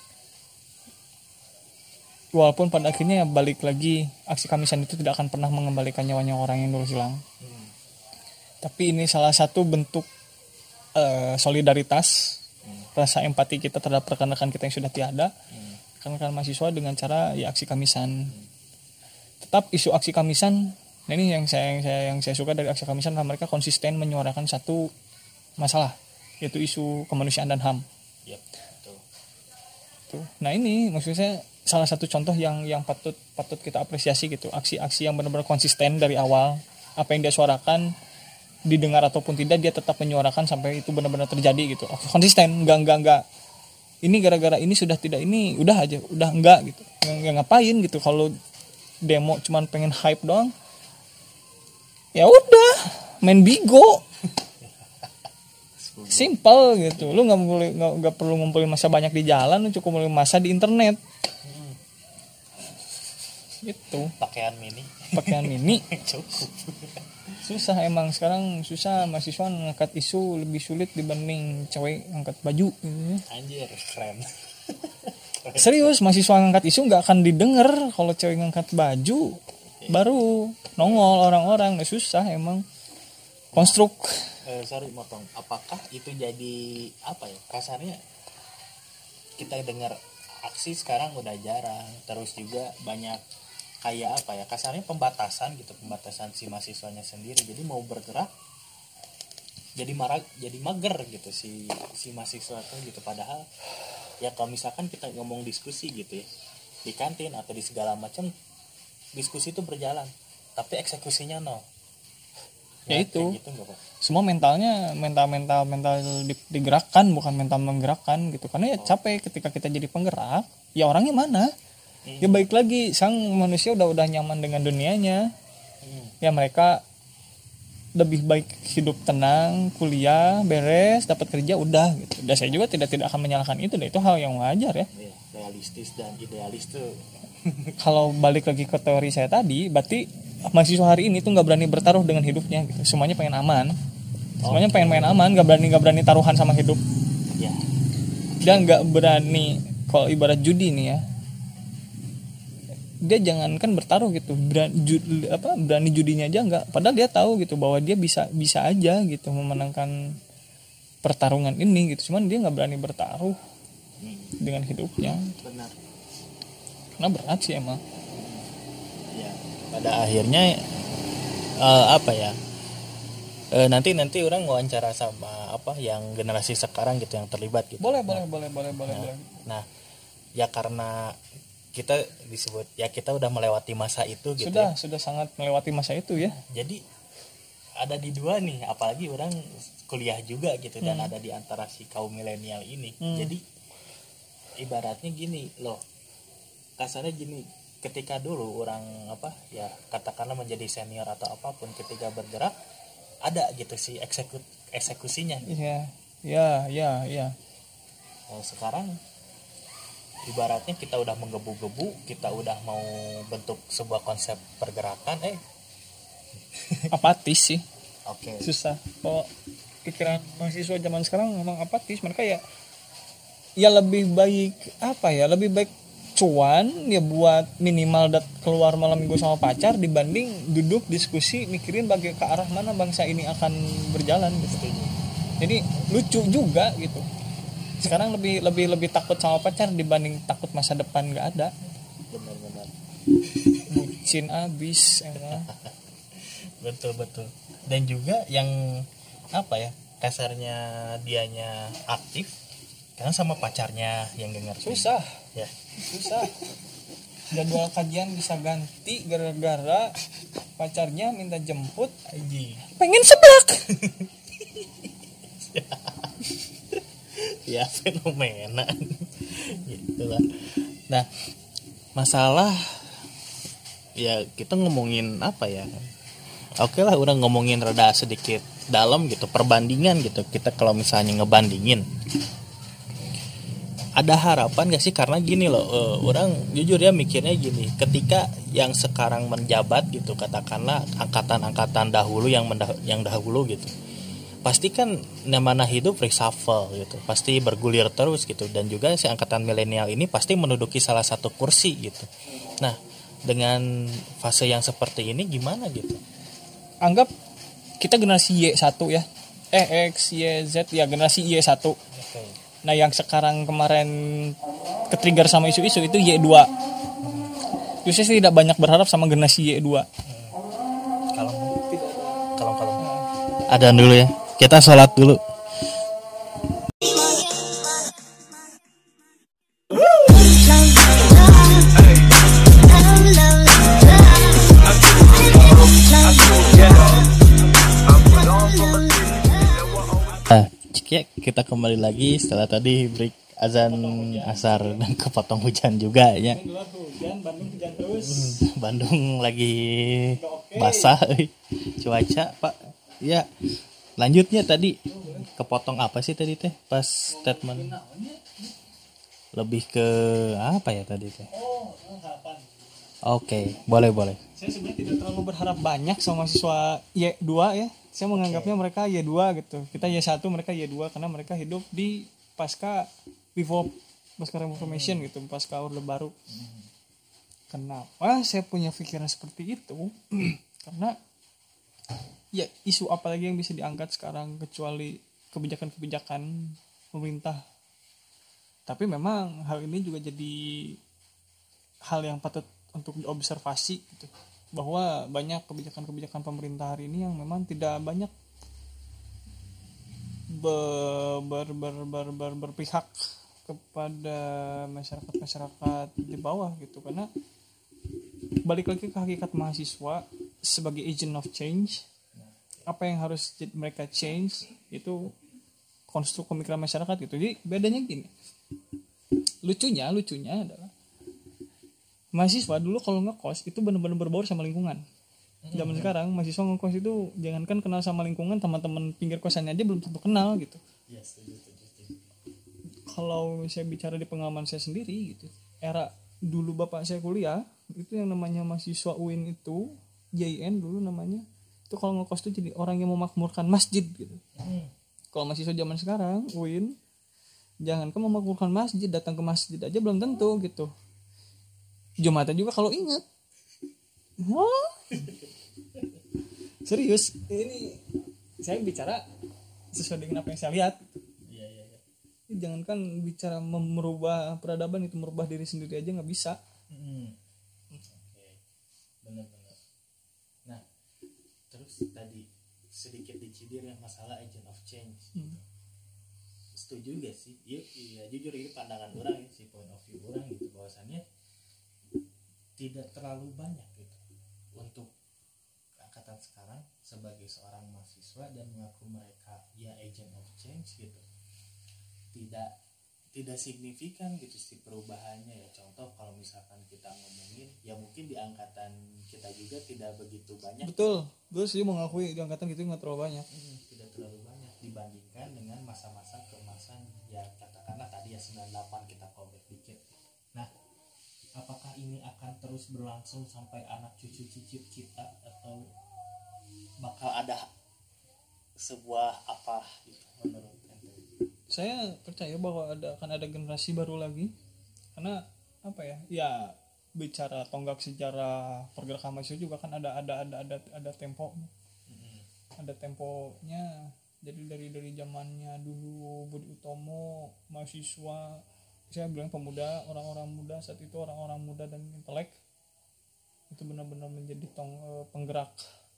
Walaupun pada akhirnya balik lagi, aksi Kamisan itu tidak akan pernah mengembalikan nyawanya orang yang dulu hilang. Hmm. Tapi ini salah satu bentuk uh, solidaritas, hmm. rasa empati kita terhadap rekan-rekan kita yang sudah tiada, hmm. rekan-rekan mahasiswa dengan cara ya aksi Kamisan. Hmm. Tetap isu aksi Kamisan, nah ini yang saya, yang saya yang saya suka dari aksi Kamisan, karena mereka konsisten menyuarakan satu masalah, yaitu isu kemanusiaan dan H A M. Yep, betul. Tuh. Nah ini maksud saya salah satu contoh yang yang patut patut kita apresiasi gitu, aksi-aksi yang benar-benar konsisten dari awal, apa yang dia suarakan didengar ataupun tidak, dia tetap menyuarakan sampai itu benar-benar terjadi gitu. Konsisten, enggak enggak enggak ini gara-gara ini sudah tidak, ini udah aja, udah enggak gitu. Yang ngapain gitu, kalau demo cuman pengen hype doang, ya udah main bigo. Simple gitu, lu nggak boleh nggak perlu ngumpulin masa banyak di jalan, lu cukup ngumpulin masa di internet. Hmm. Itu pakaian mini, pakaian mini cukup. Susah emang sekarang, susah mahasiswa ngangkat isu lebih sulit dibanding cewek ngangkat baju gitu. Anjir, keren. Serius, mahasiswa ngangkat isu nggak akan didengar kalau cewek ngangkat baju, baru nongol orang-orang. Nggak susah emang konstruk. Eh, sorry motong, apakah itu jadi apa ya, kasarnya kita dengar aksi sekarang udah jarang, terus juga banyak kayak apa ya, kasarnya pembatasan gitu, pembatasan si mahasiswanya sendiri, jadi mau bergerak jadi marah, jadi mager gitu si si mahasiswa tuh gitu. Padahal ya kalau misalkan kita ngomong diskusi gitu ya di kantin atau di segala macam, diskusi itu berjalan tapi eksekusinya nol. Ya, ya itu gitu, semua mentalnya mental mental mental digerakkan, bukan mental menggerakkan gitu. Karena ya capek ketika kita jadi penggerak, ya orangnya mana? Hmm. Ya baik lagi, sang manusia udah udah nyaman dengan dunianya. Hmm. Ya mereka lebih baik hidup tenang, kuliah beres, dapat kerja udah gitu. Dan saya juga tidak tidak akan menyalahkan itu, dan itu hal yang wajar ya. Iya, realistis dan idealis tuh. Kalau balik lagi ke teori saya tadi, berarti mahasiswa hari ini tuh nggak berani bertaruh dengan hidupnya gitu. Semuanya pengen aman, semuanya pengen main aman, nggak berani nggak berani taruhan sama hidup. Ya. Dia nggak berani, kalau ibarat judi nih ya, dia jangankan bertaruh gitu, berani, judi, apa, berani judinya aja nggak, padahal dia tahu gitu bahwa dia bisa bisa aja gitu memenangkan pertarungan ini gitu, cuman dia nggak berani bertaruh dengan hidupnya. Benar. Karena berat sih emang. Ya, pada akhirnya eh, apa ya? Eh, nanti nanti orang wawancara sama apa yang generasi sekarang gitu yang terlibat gitu. Boleh, Nah, boleh, boleh, boleh, boleh, nah, boleh. nah, ya karena kita disebut ya kita udah melewati masa itu gitu. Sudah, Ya. sudah sangat melewati masa itu ya. Jadi ada di dua nih, apalagi orang kuliah juga gitu dan Hmm. ada di antara si kaum milenial ini. Hmm. Jadi ibaratnya gini loh, kasarnya gini, ketika dulu orang apa ya katakanlah menjadi senior atau apapun, ketika bergerak ada gitu sih eksekut eksekusinya. Iya, ya, ya, ya. Nah, sekarang ibaratnya kita udah menggebu-gebu, kita udah mau bentuk sebuah konsep pergerakan, eh Apatis sih, oke. susah. Kalau pikiran mahasiswa zaman sekarang memang apatis, mereka ya ya lebih baik apa ya, lebih baik cuan ya buat minimal dat keluar malam minggu sama pacar dibanding duduk diskusi mikirin bagai ke arah mana bangsa ini akan berjalan gitu. Jadi lucu juga gitu. Sekarang lebih lebih lebih takut sama pacar dibanding takut masa depan nggak ada. Benar-benar. Bucin abis emang. Betul betul. Dan juga yang apa ya, kasarnya dianya aktif karena sama pacarnya yang denger Susah, ya. susah. Jadwal kajian bisa ganti gara-gara pacarnya minta jemput, Aji. pengen seblak. Ya fenomena gitu lah. Nah, masalah ya kita ngomongin apa ya, oke lah udah ngomongin rada sedikit dalam gitu, perbandingan gitu. Kita kalau misalnya ngebandingin, ada harapan gak sih? Karena gini loh, uh, orang jujur ya mikirnya gini, ketika yang sekarang menjabat gitu, katakanlah angkatan-angkatan dahulu yang mendah- yang dahulu gitu, pasti kan namanya hidup reshuffle gitu, pasti bergulir terus gitu. Dan juga si angkatan milenial ini pasti menduduki salah satu kursi gitu. Nah, dengan fase yang seperti ini gimana gitu? Anggap kita generasi Y satu ya, eh X, Y, Z ya, generasi Y satu. Oke. Nah yang sekarang kemarin ketrigger sama isu-isu itu Y dua. Justru saya tidak banyak berharap sama generasi Y dua. Kalau kalau kalau ada dulu ya, kita sholat dulu. Nah, ya, kita kembali lagi setelah tadi break azan asar dan kepotong hujan juga ya. Hujan, Bandung hujan terus. Bandung lagi basah euy. Cuaca Pak. Ya. Lanjutnya tadi kepotong apa sih tadi teh pas statement? Lebih ke apa ya tadi teh? Oke, boleh boleh. Saya sebenarnya tidak terlalu berharap banyak sama mahasiswa Y dua ya. Saya menganggapnya mereka Y dua gitu. Kita Y satu, mereka Y dua karena mereka hidup di pasca before pasca reformation gitu, pasca Orde Baru. Kenapa saya punya pikiran seperti itu? Karena ya isu apa lagi yang bisa diangkat sekarang kecuali kebijakan-kebijakan pemerintah. Tapi memang hal ini juga jadi hal yang patut untuk diobservasi gitu, bahwa banyak kebijakan-kebijakan pemerintah hari ini yang memang tidak banyak ber, ber, ber, ber, ber, berpihak kepada masyarakat-masyarakat di bawah gitu. Karena balik lagi ke hakikat mahasiswa sebagai agent of change, apa yang harus mereka change itu konstruk pemikiran masyarakat gitu. Jadi bedanya gini, lucunya lucunya adalah mahasiswa dulu kalau ngekos itu benar-benar berbaur sama lingkungan. Zaman sekarang mahasiswa ngekos itu jangankan kenal sama lingkungan, teman-teman pinggir kosannya aja belum tentu kenal gitu. Iya, setuju, setuju, setuju. Kalau saya bicara di pengalaman saya sendiri gitu, era dulu bapak saya kuliah itu yang namanya mahasiswa U I N itu J I N dulu namanya, itu kalau ngekos tuh jadi orang yang memakmurkan masjid gitu. Hmm. Kalau mahasiswa zaman sekarang U I N jangan kan memakmurkan masjid, datang ke masjid aja belum tentu gitu. Jumatan juga kalau ingat. Wah. Serius, ini saya bicara sesuai dengan apa yang saya lihat. Iya, iya, iya. Jangankan bicara mem- merubah peradaban, itu merubah diri sendiri aja nggak bisa. Hmm. Oke, benar-benar. Nah, terus tadi sedikit dicidir ya masalah agent of change. Hmm. Setuju gak sih? Iya, iya jujur ini pandangan orang ya, si point of view orang gitu, bahwasannya tidak terlalu banyak gitu untuk angkatan sekarang sebagai seorang mahasiswa dan mengaku mereka ya agent of change gitu. Tidak tidak signifikan gitu sih perubahannya ya. Contoh kalau misalkan kita ngomongin ya mungkin di angkatan kita juga tidak begitu banyak. Betul, gue sih mengakui di angkatan gitu nggak terlalu banyak. Hmm, tidak terlalu banyak dibandingkan dengan masa-masa keemasan ya katakanlah tadi ya sembilan puluh delapan kita callback dikit. Nah, apakah ini akan terus berlangsung sampai anak cucu cicit kita atau bakal ada sebuah apa gitu menurut ente? Saya percaya bahwa ada akan ada generasi baru lagi, karena apa ya? Ya bicara tonggak sejarah pergerakan mahasiswa juga kan ada ada ada ada ada tempo, Hmm. ada temponya. Jadi dari dari zamannya dulu Budi Utomo, mahasiswa, saya bilang pemuda, orang-orang muda saat itu orang-orang muda dan intelek itu benar-benar menjadi tong eh, penggerak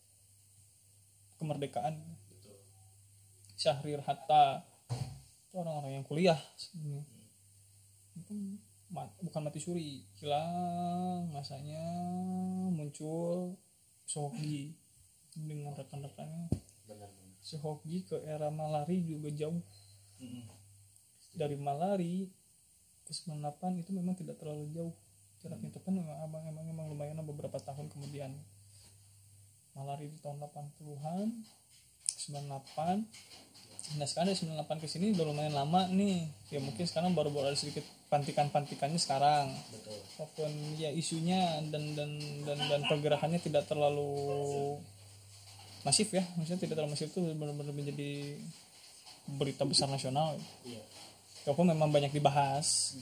kemerdekaan. Betul. Syahrir Hatta itu orang-orang yang kuliah sebenarnya. Itu ma- bukan mati suri, hilang masanya, muncul Sohoki dengan rekan-rekannya. Benar-benar. Sohoki ke era malari juga jauh. Hmm. Dari malari ke sembilan puluh delapan itu memang tidak terlalu jauh jaraknya, itu kan memang, emang, emang, emang lumayan beberapa tahun kemudian. Malari di tahun delapan puluhan, sembilan puluh delapan. Nah sekarang dari sembilan puluh delapan ke sini udah lumayan lama nih. Ya mungkin sekarang baru-baru ada sedikit pantikan-pantikannya sekarang. Betul. Walaupun ya isunya dan dan dan dan pergerakannya tidak terlalu masif ya. Maksudnya tidak terlalu masif, itu benar-benar menjadi berita besar nasional. Iya. Walaupun memang banyak dibahas.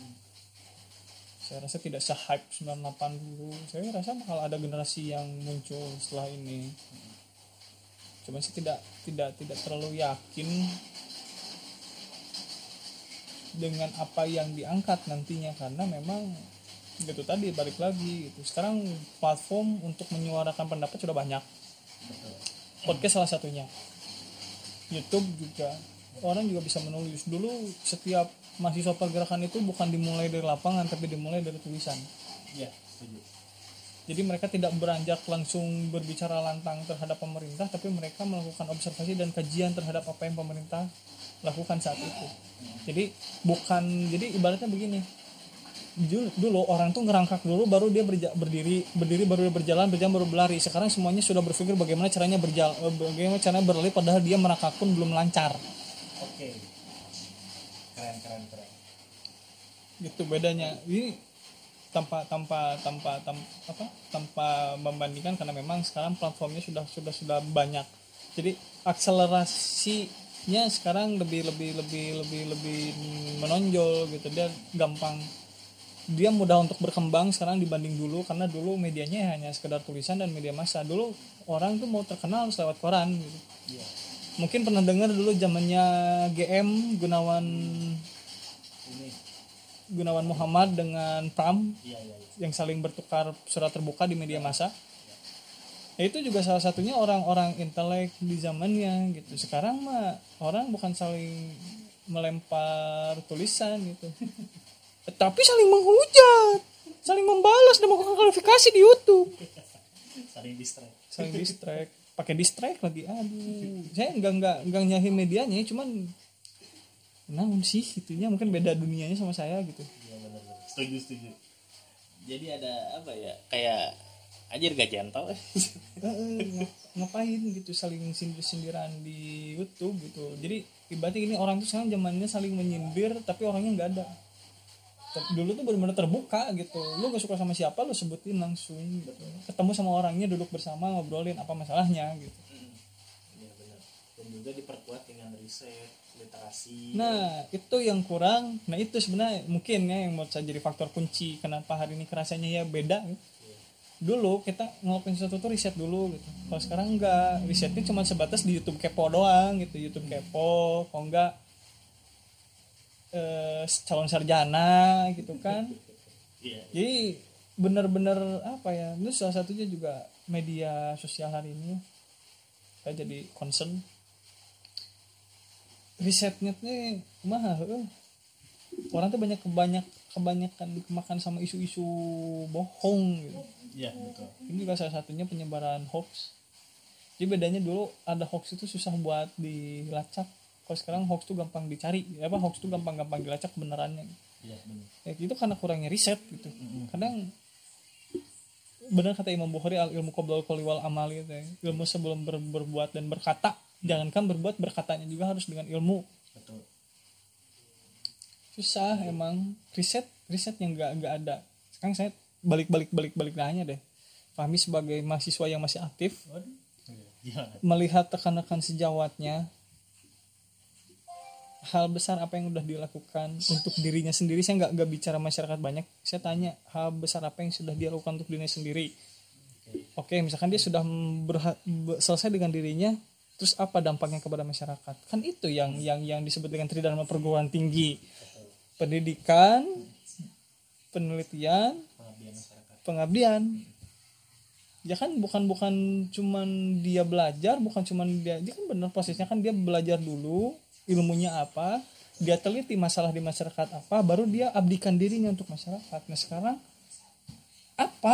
Saya rasa tidak se-hype sembilan puluh delapan dulu. Saya rasa bakal ada generasi yang muncul setelah ini. Cuma sih tidak tidak tidak terlalu yakin dengan apa yang diangkat nantinya, karena memang gitu tadi balik lagi gitu. Sekarang platform untuk menyuarakan pendapat sudah banyak. Betul. Podcast salah satunya. YouTube juga. Orang juga bisa menulis. Dulu setiap mahasiswa pergerakan itu bukan dimulai dari lapangan, tapi dimulai dari tulisan. Iya, setuju. Jadi mereka tidak beranjak langsung berbicara lantang terhadap pemerintah, tapi mereka melakukan observasi dan kajian terhadap apa yang pemerintah lakukan saat itu. Jadi bukan, jadi ibaratnya begini. Dulu, dulu orang tuh ngerangkak dulu, baru dia berja, berdiri, berdiri baru dia berjalan, berjalan baru berlari. Sekarang semuanya sudah berpikir bagaimana caranya berjalan, bagaimana caranya berlari, padahal dia merangkak pun belum lancar. Oke. Keren, keren, keren. Gitu bedanya. Ini tanpa tanpa tanpa tanpa apa tanpa membandingkan, karena memang sekarang platformnya sudah sudah sudah banyak, jadi akselerasinya sekarang lebih lebih lebih lebih lebih menonjol gitu. Dia gampang, dia mudah untuk berkembang sekarang dibanding dulu, karena dulu medianya hanya sekedar tulisan dan media massa. Dulu orang tuh mau terkenal harus lewat koran gitu. Iya. Mungkin pernah dengar dulu zamannya G M Gunawan Ini. Gunawan Muhammad dengan Pram Iya, iya, iya. yang saling bertukar surat terbuka di media massa. Ya, itu juga salah satunya orang-orang intelek di zamannya gitu. Sekarang mah orang bukan saling melempar tulisan gitu, tapi saling menghujat, saling membalas dan melakukan klarifikasi di YouTube. Saling distract. Saling distract, pakai distract lagi. Aduh, saya enggak enggak enggak nyahin medianya, cuman namun sih itunya mungkin beda dunianya sama saya gitu. Iya, benar-benar. Setuju, setuju. Jadi ada apa ya? Kayak Anjir gak gentle. Eh, ngapain gitu saling sindir-sindiran di YouTube gitu. Jadi ibaratnya ini orang tuh sekarang zamannya saling menyindir tapi orangnya nggak ada. Dulu tuh benar-benar terbuka gitu. Lu gak suka sama siapa lu sebutin langsung gitu. Ketemu sama orangnya, duduk bersama, ngobrolin apa masalahnya gitu. Iya benar. Dan juga diperkuat dengan riset, literasi. Nah itu yang kurang. Nah itu sebenarnya mungkin ya yang mau jadi faktor kunci kenapa hari ini kerasanya ya beda gitu. Dulu kita ngelakuin sesuatu tuh riset dulu gitu. Kalau sekarang enggak, risetnya cuma sebatas di YouTube kepo doang gitu. YouTube kepo, kalau enggak eh, calon sarjana gitu kan. Iya. Jadi benar-benar apa ya? Itu salah satunya juga media sosial hari ini. Saya jadi concern. Risetnya tuh mahal. Eh. Orang tuh banyak kebanyak kebanyakan kemakan sama isu-isu bohong gitu. Iya betul. Ini juga salah satunya penyebaran hoax. Jadi bedanya dulu ada hoax itu susah buat dilacak. Kalau sekarang hoax tuh gampang dicari. Apa hoax tuh gampang-gampang dilacak kebenarannya. Iya benar. Ya, itu karena kurangnya riset gitu. Mm-hmm. Kadang benar kata Imam Bukhari al ilmu qabla al-qawli wal amali gitu ya. Ilmu sebelum ber, berbuat dan berkata. Jangankan berbuat, berkatanya juga harus dengan ilmu. Betul. Susah emang riset riset yang nggak nggak ada. Sekarang saya balik-balik balik-balik nanya deh. Fahmi sebagai mahasiswa yang masih aktif, Gimana? melihat tekan-tekan sejawatnya, hal besar apa yang udah dilakukan untuk dirinya sendiri. Saya nggak nggak bicara masyarakat banyak. Saya tanya hal besar apa yang sudah dia lakukan untuk dirinya sendiri. Oke, misalkan dia sudah berha- selesai dengan dirinya, terus apa dampaknya kepada masyarakat? Kan itu yang yang yang disebut dengan tridharma perguruan tinggi, pendidikan, penelitian, Pengabdian masyarakat. pengabdian. Ya kan bukan bukan cuman dia belajar, bukan cuman dia, dia kan benar prosesnya kan dia belajar dulu ilmunya apa, dia teliti masalah di masyarakat apa, baru dia abdikan dirinya untuk masyarakat. Nah sekarang apa?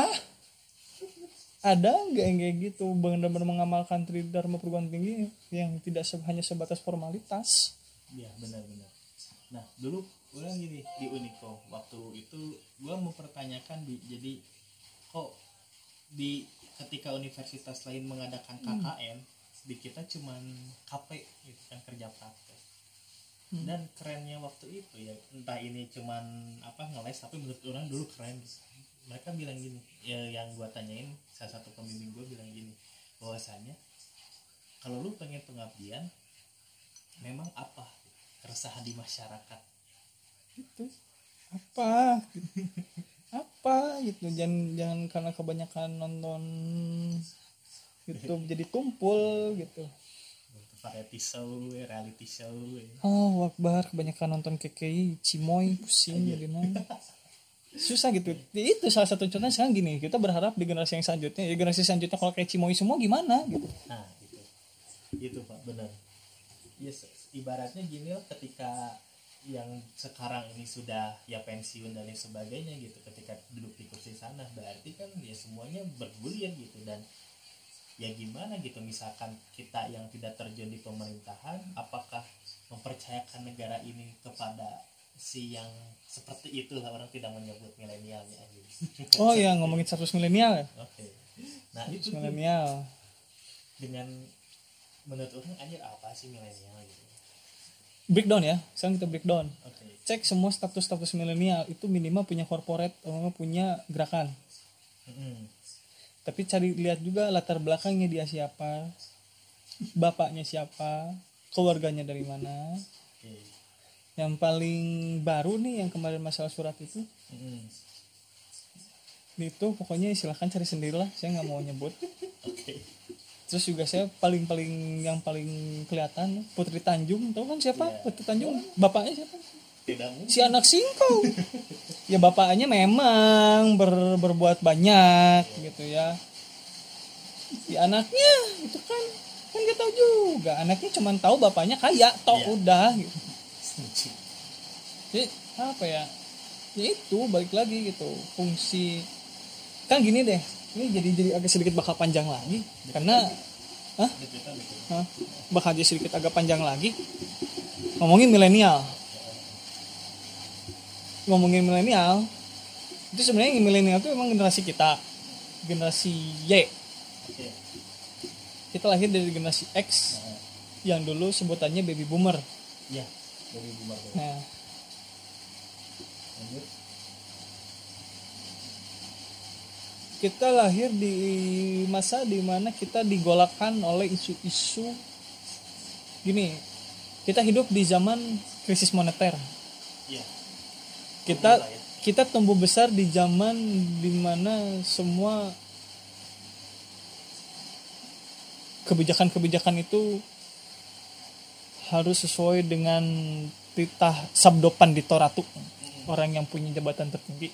Ada nggak yang kayak gitu benar-benar mengamalkan tridharma perguruan tinggi yang tidak hanya sebatas formalitas? Iya benar-benar. Nah dulu orang gini di Uniko waktu itu gue mempertanyakan di, jadi kok di ketika universitas lain mengadakan K K N hmm. di kita cuman K P gitu kan, kerja praktek. Hmm. Dan kerennya waktu itu ya entah ini cuman apa ngeles tapi menurut orang dulu keren. Mereka bilang gini ya, yang gue tanyain salah satu pembimbing gue bilang gini bahwasanya kalau lu pengen pengabdian memang apa keresahan di masyarakat itu apa apa gitu, jangan jangan karena kebanyakan nonton YouTube jadi tumpul gitu. Variety show, reality show. Oh, Akbar kebanyakan nonton K K I, Cimoy pusing jadi nang. Susah gitu. Itu salah satu contohnya sekarang gini, kita berharap di generasi yang selanjutnya, ya generasi selanjutnya kalau kayak Cimoy semua gimana gitu. Nah, gitu. Itu Pak, benar. Yes, ibaratnya gini loh, ketika yang sekarang ini sudah ya pensiun dan lain sebagainya gitu, ketika duduk di kursi sana berarti kan ya semuanya bergulir gitu. Dan ya gimana gitu, misalkan kita yang tidak terjun di pemerintahan apakah mempercayakan negara ini kepada si yang seperti itu lah, orang tidak menyebut milenialnya gitu. Oh ya, ngomongin status milenial ya. Oke. Nah, itu milenial dengan menurut orang anjir apa sih milenial gitu. Breakdown ya, sekarang kita breakdown. Okay. Cek semua status-status milenial itu minimal punya corporate, atau punya gerakan. Mm-hmm. Tapi cari lihat juga latar belakangnya dia siapa, bapaknya siapa, keluarganya dari mana. Okay. Yang paling baru nih yang kemarin masalah surat itu, mm-hmm. itu pokoknya silahkan cari sendirilah, saya nggak mau nyebut. Okay. Terus juga saya paling-paling yang paling kelihatan Putri Tanjung, tahu kan siapa? Yeah. Putri Tanjung, bapaknya siapa? Tidak mungkin. Si anak singkong. Ya bapaknya memang ber, berbuat banyak gitu ya. Si anaknya itu kan kan nggak tahu juga. Anaknya cuma tahu bapaknya kaya, toh yeah. Udah gitu. Jadi apa ya? Ya itu balik lagi gitu. Fungsi kan gini deh. Ini jadi jadi agak sedikit bakal panjang lagi karena hah? Hah? Bakal jadi sedikit agak panjang lagi. Ngomongin milenial. Ngomongin milenial itu sebenarnya milenial itu emang generasi kita generasi Y. Kita lahir dari generasi X yang dulu sebutannya baby boomer. Iya, baby boomer. Nah, kita lahir di masa di mana kita digolakkan oleh isu-isu gini. Kita hidup di zaman krisis moneter. Iya. Kita kita tumbuh besar di zaman di mana semua kebijakan-kebijakan itu harus sesuai dengan titah sabdopan di Toratu, orang yang punya jabatan tertinggi.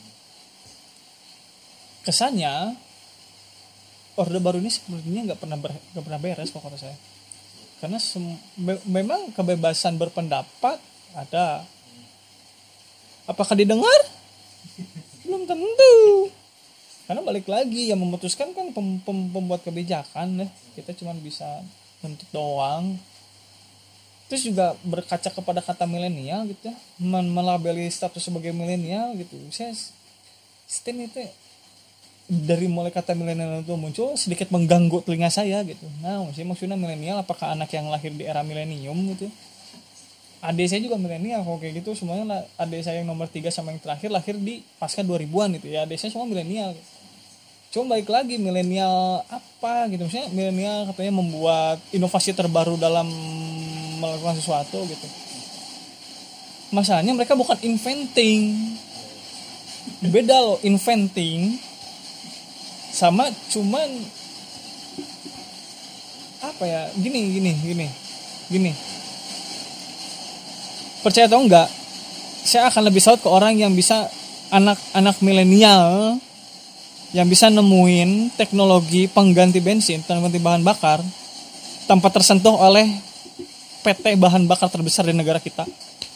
Kesannya Orde Baru ini sepertinya nggak pernah ber, nggak pernah beres pokoknya saya, karena sem- me- memang kebebasan berpendapat ada. Apakah didengar? Belum tentu. Karena balik lagi yang memutuskan kan pem- pem- pembuat kebijakan ya. Kita cuma bisa nuntut doang. Terus juga berkaca kepada kata milenial gitu ya, men- melabeli status sebagai milenial gitu. Saya stand itu dari mulai kata milenial itu muncul sedikit mengganggu telinga saya gitu. Nah, maksudnya milenial apakah anak yang lahir di era milenium gitu? Adik saya juga milenial kok kayak gitu, semuanya lah, adik saya yang nomor tiga sama yang terakhir lahir di pasca dua ribuan gitu ya. Adik saya semua milenial. Cuma balik lagi milenial apa gitu, maksudnya milenial katanya membuat inovasi terbaru dalam melakukan sesuatu gitu. Masalahnya mereka bukan inventing. Beda loh inventing sama cuman apa ya, gini gini gini gini. Percaya atau enggak, saya akan lebih salut ke orang yang bisa anak-anak milenial yang bisa nemuin teknologi pengganti bensin, pengganti bahan bakar tanpa tersentuh oleh P T bahan bakar terbesar di negara kita.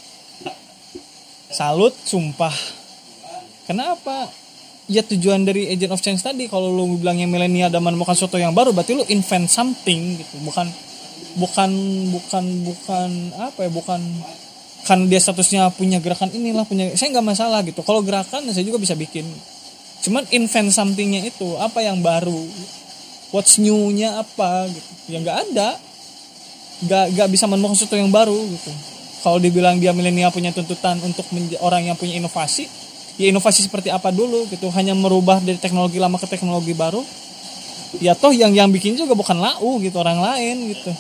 Salut, sumpah. Kenapa? Ya tujuan dari Agent of Change tadi, kalau lu bilangnya milenial dan menemukan sesuatu yang baru, berarti lu invent something gitu, bukan bukan bukan bukan apa ya, bukan kan dia statusnya punya gerakan inilah punya, saya nggak masalah gitu. Kalau gerakan saya juga bisa bikin, cuman invent somethingnya itu apa yang baru, what's new-nya apa gitu, ya nggak ada, nggak nggak bisa menemukan sesuatu yang baru gitu. Kalau dibilang dia milenial punya tuntutan untuk menja- orang yang punya inovasi, ya inovasi seperti apa dulu gitu, hanya merubah dari teknologi lama ke teknologi baru. Ya toh yang yang bikin juga bukan lau gitu, orang lain gitu.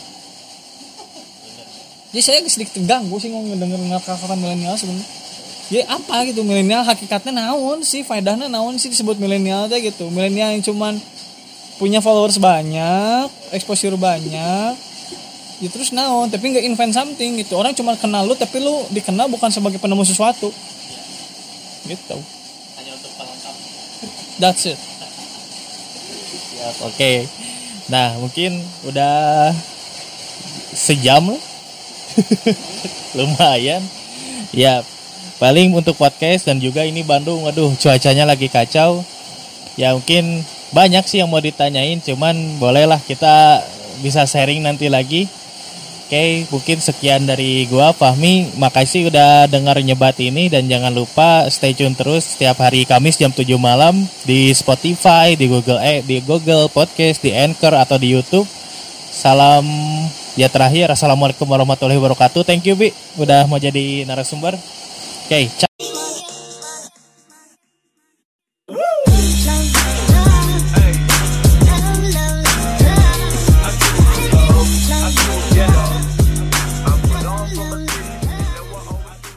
Jadi saya sedikit terganggu sih ngedenger kata-kata milenial sebenarnya. Ya apa gitu milenial hakikatnya naon sih, faedahnya naon sih disebut milenial teh gitu. Milenial yang cuman punya followers banyak, exposure banyak. Ya terus naon, tapi enggak invent something gitu. Orang cuma kenal lu tapi lu dikenal bukan sebagai penemu sesuatu. Gitu. Hanya untuk pelengkap. That's it. Siap, oke. Okay. Nah, mungkin udah sejam lah. Lumayan. Ya, paling untuk podcast dan juga ini Bandung, waduh cuacanya lagi kacau. Ya mungkin banyak sih yang mau ditanyain, cuman bolehlah kita bisa sharing nanti lagi. Oke, mungkin sekian dari gua Fahmi. Makasih udah dengar nyebat ini, dan jangan lupa stay tune terus setiap hari Kamis jam tujuh malam di Spotify, di Google eh di Google Podcast, di Anchor atau di YouTube. Salam ya terakhir, assalamualaikum warahmatullahi wabarakatuh. Thank you Bi udah mau jadi narasumber. Oke, ciao.